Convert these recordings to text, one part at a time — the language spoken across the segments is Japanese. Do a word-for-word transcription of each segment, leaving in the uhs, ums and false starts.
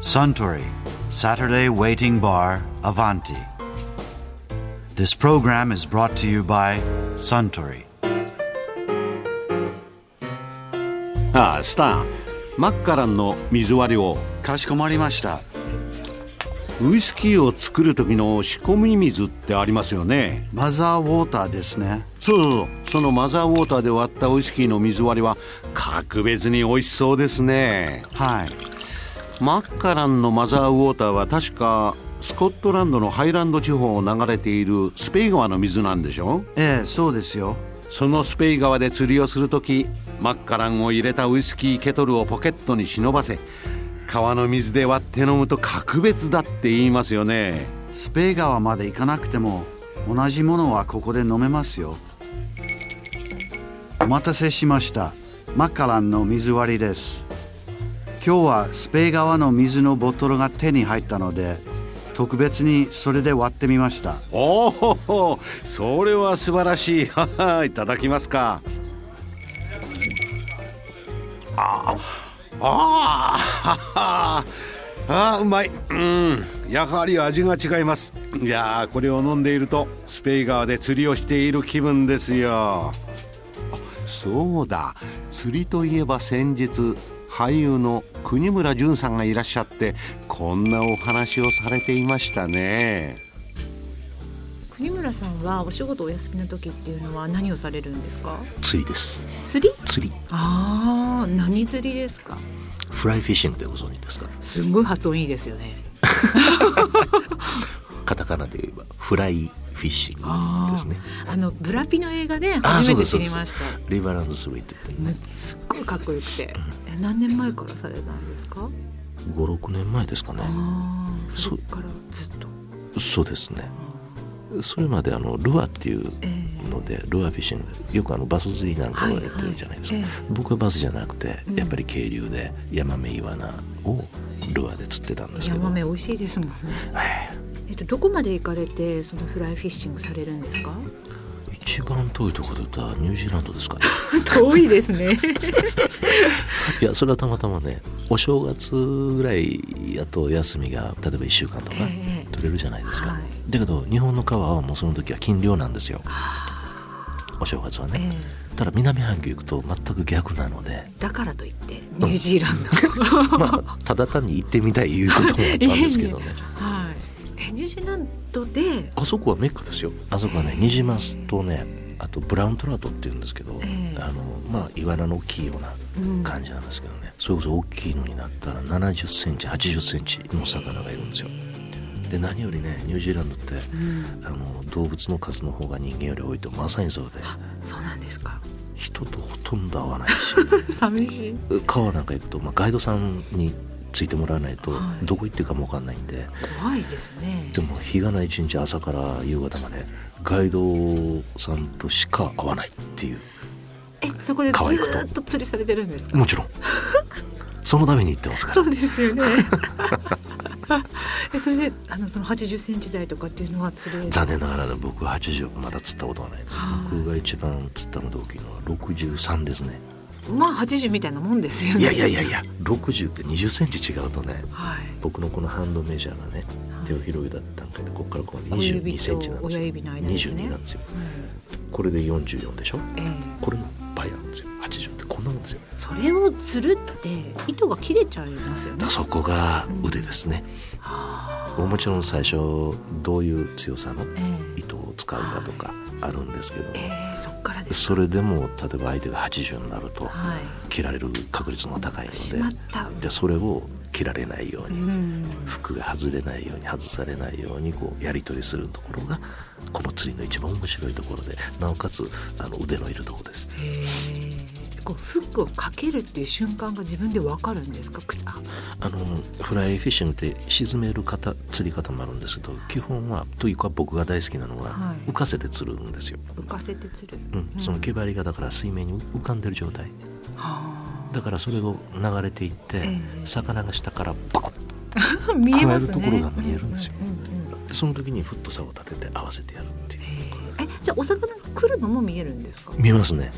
Suntory Saturday Waiting Bar Avanti. This program is brought to you by Suntory. ああ、スター、マッカランの水割りを。 かしこまりました。 ウイスキーを作る時の仕込み水ってありますよね。 マザーウォーターですね。 そうそうそう、そのマザーウォーターで割ったウイスキーの水割りは格別に美味しそうですね。 はい。 マッカランのマザーウォーターは確かスコットランドのハイランド地方を流れているスペイ川の水なんでしょ。 ええ、そうですよ。 そのスペイ川で釣りをするとき、マッカランを入れたウイスキーケトルをポケットに忍ばせ、川の水で割って飲むと格別だって言いますよね。 スペイ川まで行かなくても同じものはここで飲めますよ。お待たせしました。マッカランの水割りです。今日はスペイ川の水のボトルが手に入ったので、特別にそれで割ってみました。 おお、それは素晴らしい。いただきますか。ああああ、うまい。うん、やはり味が違います。いやー、これを飲んでいるとスペイ川で釣りをしている気分ですよ。あ、そうだ、釣りといえば先日俳優の国村淳さんがいらっしゃって、こんなお話をされていましたね。 国村さんはお仕事お休みの時っていうのは何をされるんですか？ 釣りです。 釣り？ 釣り。 ああ、何釣りですか？ フライフィッシングってご存知ですか？ すごい発音いいですよね。 カタカナで言えばフライフィッシングですね。 ああのブラピの映画で初めて知りました。 リバーランドスリーって言って、ね、 すっごいかっこよくて、うん、え何年前からされたんですか？ ご、ろくねんまえですかね。 あ、それからずっと。 そうですね。それまであのルアーっていうので、えー、ルアーフィッシングでよくあのバス釣りなんかをやってるじゃないですか、はいはい、えー、僕はバスじゃなくてやっぱり渓流でヤマメイワナをルアーで釣ってたんですけど、 ヤマメ美味しいですもんね、えーえっと、どこまで行かれてそのフライフィッシングされるんですか？ 一番遠いところで言ったらニュージーランドですかね。 遠いですね。 いや、それはたまたまね、お正月ぐらいやと休みが例えばいっしゅうかんとか取れるじゃないですか、えーはい、だけど日本の川はもうその時は禁漁なんですよ、お正月はね、えー、ただ南半球行くと全く逆なので、 だからといってニュージーランド、 まあ、ただ単に行ってみたいいうこともあったんですけどね。 はい、ニュージーランドであそこはメッカですよ。あそこはね、ニジマスとね、あとブラウントラウトっていうんですけど、えー、あのまあイワナの大きいような感じなんですけどね、うん、それこそ大きいのになったらななじゅっセンチはちじゅっセンチの魚がいるんですよ。で何よりね、ニュージーランドって、うん、あの動物の数の方が人間より多いとまさにそうで。 そうなんですか。 人とほとんど会わないし寂しい。 川なんか行くと、まあ、ガイドさんについてもらわないとどこ行ってるかも分かんないんで、はい、 怖いですね。 でも日がない一日朝から夕方までガイドさんとしか会わないっていう。 え、そこでずっと釣りされてるんですか？ もちろんそのために行ってますから。 そうですよね。え、それであのそのはちじゅっセンチ台とかっていうのは釣れ？ 残念ながら僕ははちじゅうまだ釣ったことはないです。僕が一番釣ったので大きいのはろくじゅうさんですね。 まあはちじゅうみたいなもんですよね。 いやいやいやいや、ろくじゅうってにじゅっセンチ違うとね、 はい、 僕のこのハンドメジャーがね、はい、手を広げた段階でここからこうにじゅうにセンチなんですよ。 親指の間ですね。 にじゅうになんですよ、うん、これでよんじゅうよんでしょ、えー、これの倍なんですよ。はちじゅうってこんなもんですよ。 それを釣るって糸が切れちゃいますよね。 だそこが腕ですね、うん、もちろん最初どういう強さの糸を使うかとかあるんですけど、 えー、そっからです。 それでも例えば相手がはちじゅうになると切られる確率の高いので、でそれを切られないように、うん、服が外れないように外されないようにこうやり取りするところがこの釣りの一番面白いところで、なおかつあの腕のいるところです。 へー、こうフックをかけるっていう瞬間が自分で分かるんですか？ああのフライフィッシングって沈める方釣り方もあるんですけど、基本はというか僕が大好きなのは、はい、浮かせて釣るんですよ。 浮かせて釣る、 うんうん、その毛針がだから水面に浮かんでる状態、はだからそれを流れていって、えー、魚が下からバコッと見えますね、 加えるところが見えるんですよ、 うんうんうん、 でその時にフット竿を立てて合わせてやるっていう。 え、じゃあお魚が来るのも見えるんですか？ 見えますね。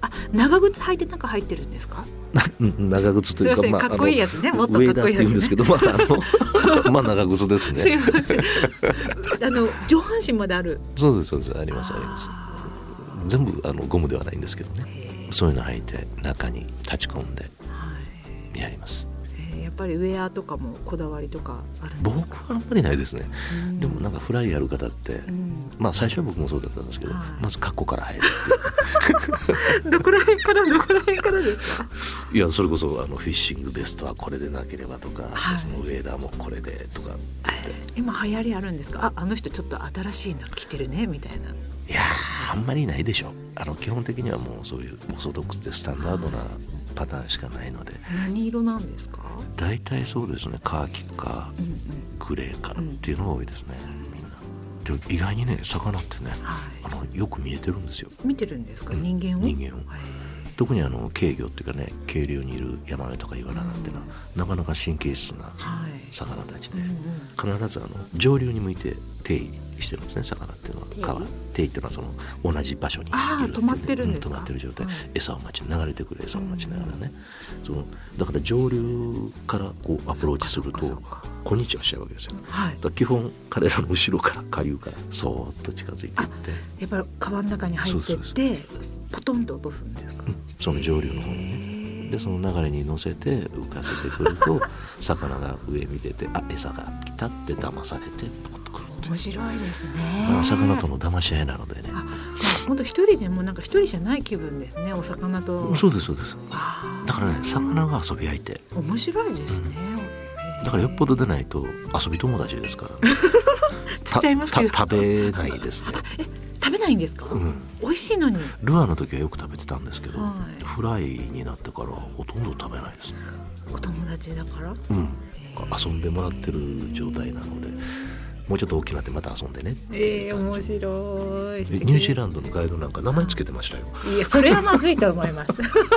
あ、長靴履いて中入ってるんですか？ 長靴というか、 まあ、かっこいいやつね、もっとかっこいいやつね。 ウェーダーって言うんですけど、まあ、あのまあ長靴ですね。 すいません。あの上半身まである。 そうですそうです、ありますあります。全部あのゴムではないんですけどね。そういうの履いて中に立ち込んでやります。 やっぱりウェアとかもこだわりとかあるんですか？ 僕はあんまりないですね。でもなんかフライやる方って、うん、まあ最初は僕もそうだったんですけど、はい、まず格好から入るってどこら辺からどこら辺からですか？ いや、それこそあのフィッシングベストはこれでなければとか、はい、そのウェーダーもこれでとかって言って、 今流行りあるんですか？あ、あの人ちょっと新しいの着てるねみたいな。 いやあんまりないでしょ。あの基本的にはもうそういうオーソドックスでスタンダードなパターンしかないので。 何色なんですか？ 大体そうですね、カーキかグレーかっていうのが多いですね、みんな。で意外にね、魚ってね、はい、あのよく見えてるんですよ。 見てるんですか？人間を？ 人間を。特にあの軽魚っていうかね、渓流にいるヤマメとかイワナなんてのは、うん、なかなか神経質な魚たちで、はいうんうん、必ずあの上流に向いて定位してるんですね、魚っていうのは。川定位っていうのはその同じ場所にいるっていう、ね、 止まってるんですか？ うん、止まってる状態、はい、餌を待ち、流れてくる餌を待ちながらね、 うん、 そのだから上流からこうアプローチするとこんにちはしちゃうわけですよ、はい、だから基本彼らの後ろから下流からそーっと近づいていって、 やっぱり川の中に入ってってポトンと落とすんですか？うん、その上流の方にね。でその流れに乗せて浮かせてくると魚が上見てて、あ、餌が来たって騙されてポッとくる。 面白いですね。 魚との騙し合いなのでね。 本当一人でもなんか一人じゃない気分ですね、お魚と。 そうですそうです。だからね、魚が遊び相手。 面白いですね、 うん、だからよっぽど出ないと遊び友達ですからね。 つっちゃいますけど食べないですね。 え、食べないんですか？うん、美味しいのに。 ルアーの時はよく食べてたんですけど、はい、フライになってからほとんど食べないですね。 お友達だから、 うん、遊んでもらってる状態なので、もうちょっと大きくなってまた遊んでね。 えー、面白い。 ニュージーランドのガイドなんか名前つけてましたよ。 いや、それはまずいと思います。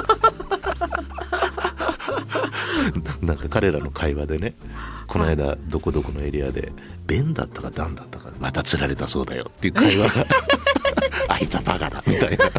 なんか彼らの会話でね、この間どこどこのエリアでベンだったかダンだったかまた釣られたそうだよっていう会話があいつはバカだみたいな。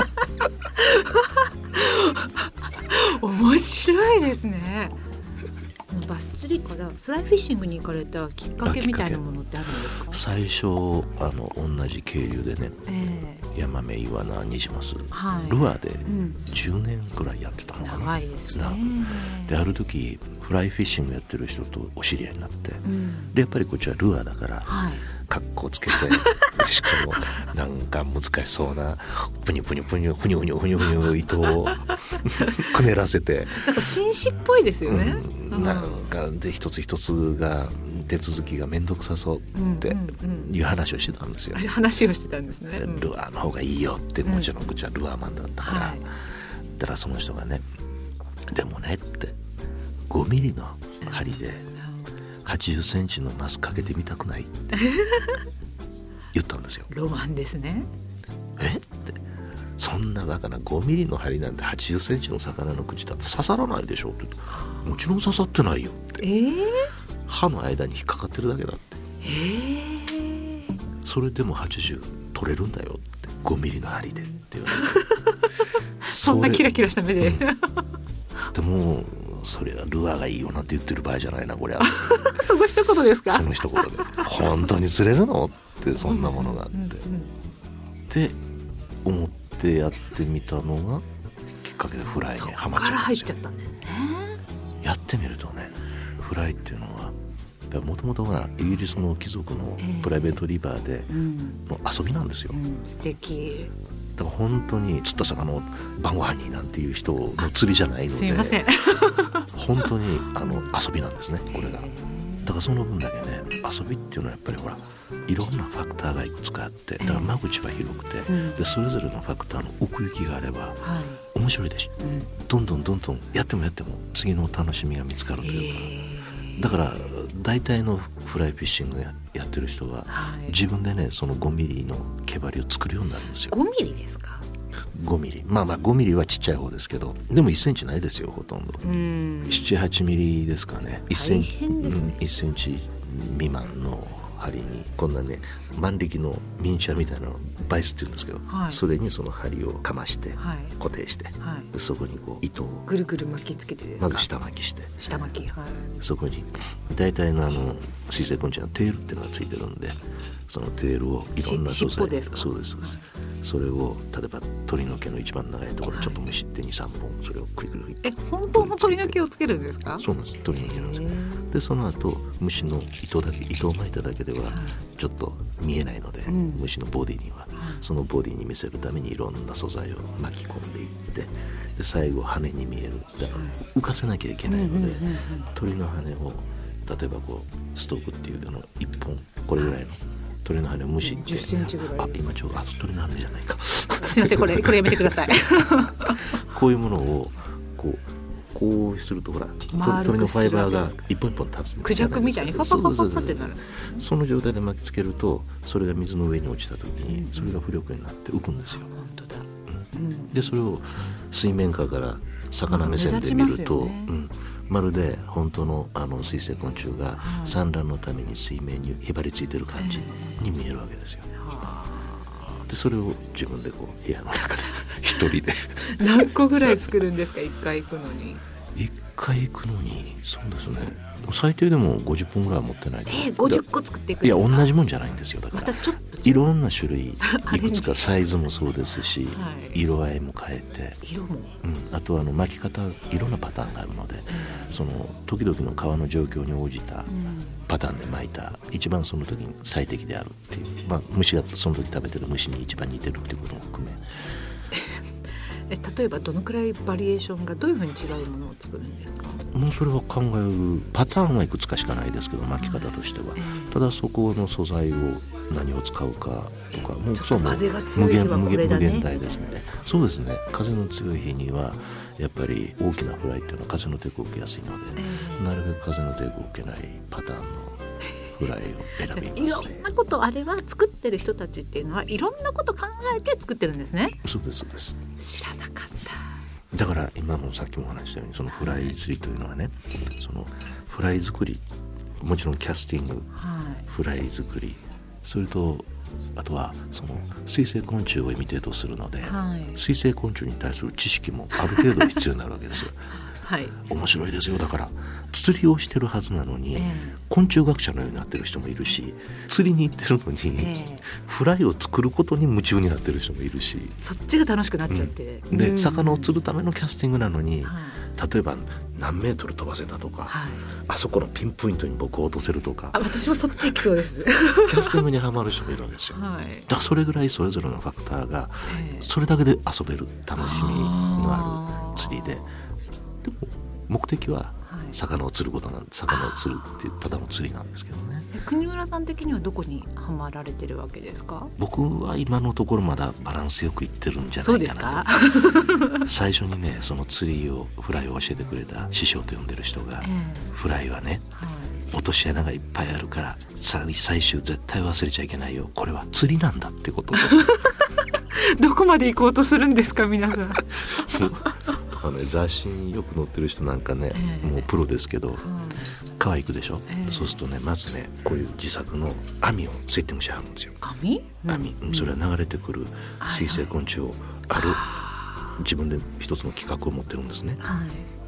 面白いですね。バス釣りからフライフィッシングに行かれたきっかけみたいなものってあるんですか？ 最初あの同じ渓流でね、えー、ヤマメイワナニジマス、はい、ルアーでじゅうねんぐらいやってたのかな、うん、長いですね。 である時フライフィッシングやってる人とお知り合いになって、うん、でやっぱりこっちはルアーだから、はい、カッコつけてしかもなんか難しそうなプニュプニュプニュプニュプニュプニュプニュ糸をくねらせて、 なんか紳士っぽいですよね、 うん、なんかで一つ一つが手続きがめんどくさそうっていう話をしてたんですよ、 うんうんうん、話をしてたんですね、 うん、ルアーの方がいいよって、もちろんこっちはルアーマンだったから、はい、だからその人がね、でもねってごミリの針ではちじゅっセンチのマスかけてみたくないって言ったんですよ。 ロマンですね。 えって、そんなバカなごミリの針なんてはちじゅっセンチの魚の口だって刺さらないでしょって。もちろん刺さってないよって、えー、歯の間に引っかかってるだけだって、えー、それでもはちじゅう取れるんだよってごミリの針でって言われてそんなキラキラした目で、うん、 でもそれはルアーがいいよなんて言ってる場合じゃないなこれは。 その一言ですか？ その一言で本当に釣れるのってそんなものがあって、うんうんうん、って思ってやってみたのがきっかけでフライにハマっちゃったんですよ。そこから入っちゃったんだよね。やってみるとね、フライっていうのはもともとはイギリスの貴族のプライベートリバーでの遊びなんですよ、 うんうん、素敵だから本当に釣った魚を晩ご飯になんていう人の釣りじゃないので、すいません本当にあの遊びなんですねこれが。だからその分だけね、遊びっていうのはやっぱりほらいろんなファクターがいくつかあって、だから間口は広くて、うん、でそれぞれのファクターの奥行きがあれば、はい、面白いですし、うん、どんどんどんどんやってもやっても次の楽しみが見つかるというか、だから大体のフライフィッシングやってる人は、はい、自分でねそのごミリの毛針を作るようになるんですよ。 ごミリですか？ ごミリ、まあまあごミリはちっちゃい方ですけど、でもいっセンチないですよほとんど。うん、ななはちミリですかね。いっセンチ、うん、いっセンチ未満の針にこんなね万力のミニチュアみたいなのバイスって言うんですけど、はい、それにその針をかまして固定して、はい、そこにこう糸をぐるぐる巻きつけてですか。 まず下巻きして下巻き、はい、 そこに大体のあの水生昆虫のテールっていうのがついてるんで、そのテールをいろんな素材ですか。 そうですそうです、はい、それを例えば鳥の毛の一番長いところちょっとむしって にさんぼんそれをクリクリえ本当の鳥の毛をつけるんですか。 そうなんです、鳥の毛なんです。でその後虫の糸だけ糸を巻いただけではちょっと見えないので、うん、虫のボディにはそのボディに見せるためにいろんな素材を巻き込んでいって、で最後羽に見える浮かせなきゃいけないので、鳥の羽を例えばこうストークっていうあのいっぽんこれぐらいの鳥の羽をむしってじゅっセンチぐらい、 あ今ちょうどあ鳥の羽じゃないかすいませんこれこれやめてくださいこういうものをこうこうするとほら鳥のファイバーが一本一本立つクジャクみたいにパパパパパってなる。 その状態で巻きつけるとそれが水の上に落ちた時にそれが浮力になって浮くんですよ。 本当だ、 うん、でそれを水面下から魚目線で見ると、まあうん、まるで本当のあの水生昆虫が産卵のために水面にへばりついてる感じに見えるわけですよ。でそれを自分でこう部屋の中で一人で何個ぐらい作るんですか。一回行くのに一回行くのにそうですね最低でもごじゅっぽんぐらいは持ってないと。 えー、ごじゅっこ作っていくんですか。いや同じもんじゃないんですよ。だからまたちょっといろんな種類いくつかサイズもそうですし、 はい、 色合いも変えて色も、 うん、あとはあの巻き方いろんなパターンがあるので、うん、その時々の川の状況に応じたパターンで巻いた一番その時に最適であるっていう、まあ、虫がその時食べてる虫に一番似てるっていうことも含めえ例えばどのくらいバリエーションがどういうふうに違うものを作るんですか。 もうそれは考えるパターンはいくつかしかないですけど巻き方としては、えー、ただそこの素材を何を使うかとかもうそうも無限無限無限大ですね。そうですね風の強い日にはやっぱり大きなフライっていうのは風の抵抗を受けやすいので、えー、なるべく風の抵抗を受けないパターンのフライを選びます。 いろんなことあれは作ってる人たちっていうのはいろんなこと考えて作ってるんですね。 そうですそうです。 知らなかった。 だから今もさっきも話したようにそのフライ釣りというのはねそのフライ作りもちろんキャスティング、はい、フライ作りそれとあとはその水生昆虫をイミテートするので、はい、水生昆虫に対する知識もある程度必要になるわけですよはい、面白いですよ。だから釣りをしてるはずなのに、えー、昆虫学者のようになってる人もいるし釣りに行ってるのに、えー、フライを作ることに夢中になってる人もいるしそっちが楽しくなっちゃって、 うん、で、うん、魚を釣るためのキャスティングなのに、はい、例えば何メートル飛ばせたとか、はい、あそこのピンポイントに僕を落とせるとかあ私もそっち行きそうですキャスティングにはまる人もいるんですよ、 はい、 だからそれぐらいそれぞれのファクターが、えー、それだけで遊べる楽しみのある釣りででも目的は魚を釣ることなんで魚を釣るっていうただの釣りなんですけどね。 国村さん的にはどこにハマられてるわけですか。 僕は今のところまだバランスよくいってるんじゃないかなと。最初にねその釣りをフライを教えてくれた師匠と呼んでる人が、えー、フライはね、はい、落とし穴がいっぱいあるから最終絶対忘れちゃいけないよこれは釣りなんだってことどこまで行こうとするんですか皆さんあのね、雑誌によく載ってる人なんかね、えー、もうプロですけど、うん、川行くでしょ、えー、そうするとねまずねこういう自作の網をセッティングしてはるんですよ。 網、 網、うん、それは流れてくる水生昆虫をある、はい、自分で一つの企画を持ってるんですね、はい、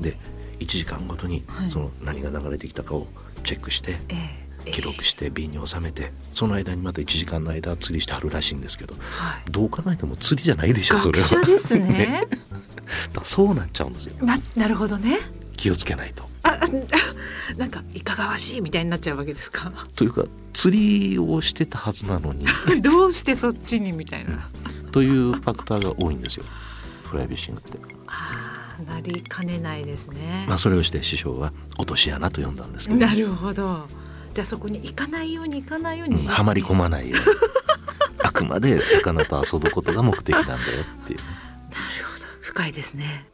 でいちじかんごとにその何が流れてきたかをチェックして、えー記録して瓶に収めてその間にまたいちじかんの間釣りしてはるらしいんですけど、はい、どう考えても釣りじゃないでしょそれは。 学者ですね。 ねだからそうなっちゃうんですよ。 な, なるほどね。 気をつけないとあなんかいかがわしいみたいになっちゃうわけですか。 というか釣りをしてたはずなのにどうしてそっちにみたいなというファクターが多いんですよフライフィッシングって。 あなりかねないですね。 まあそれをして師匠は落とし穴と呼んだんですけど。 なるほど。じゃあそこに行かないように行かないように、うん、 はまり込まないようにあくまで魚と遊ぶことが目的なんだよっていう。なるほど深いですね。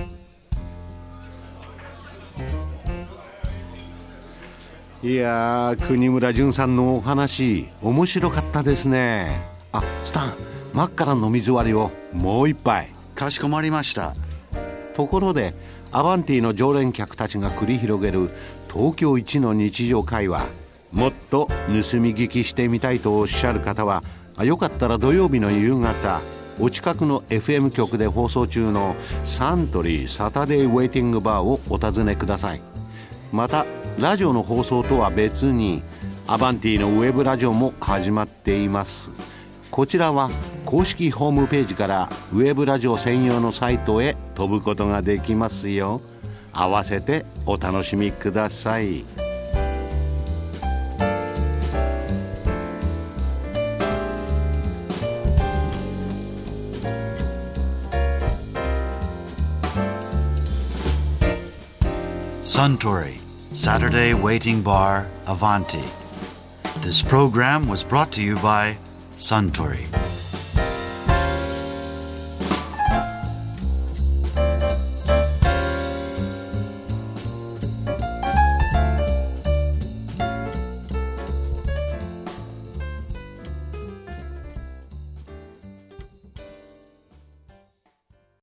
いやー国村淳さんのお話面白かったですね。あスタン真っ赤な飲み座りをもう一杯。 かしこまりました。 ところでアバンティの常連客たちが繰り広げる東京一の日常会話もっと盗み聞きしてみたいとおっしゃる方は、よかったら土曜日の夕方、お近くの エフエム 局で放送中のサントリーサタデーウェイティングバーをお尋ねください。またラジオの放送とは別にアバンティのウェブラジオも始まっています。こちらは公式ホームページからウェブラジオ専用のサイトへ飛ぶことができますよ。合わせてお楽しみください。 Suntory Saturday Waiting Bar Avanti. This program was brought to you by Suntory.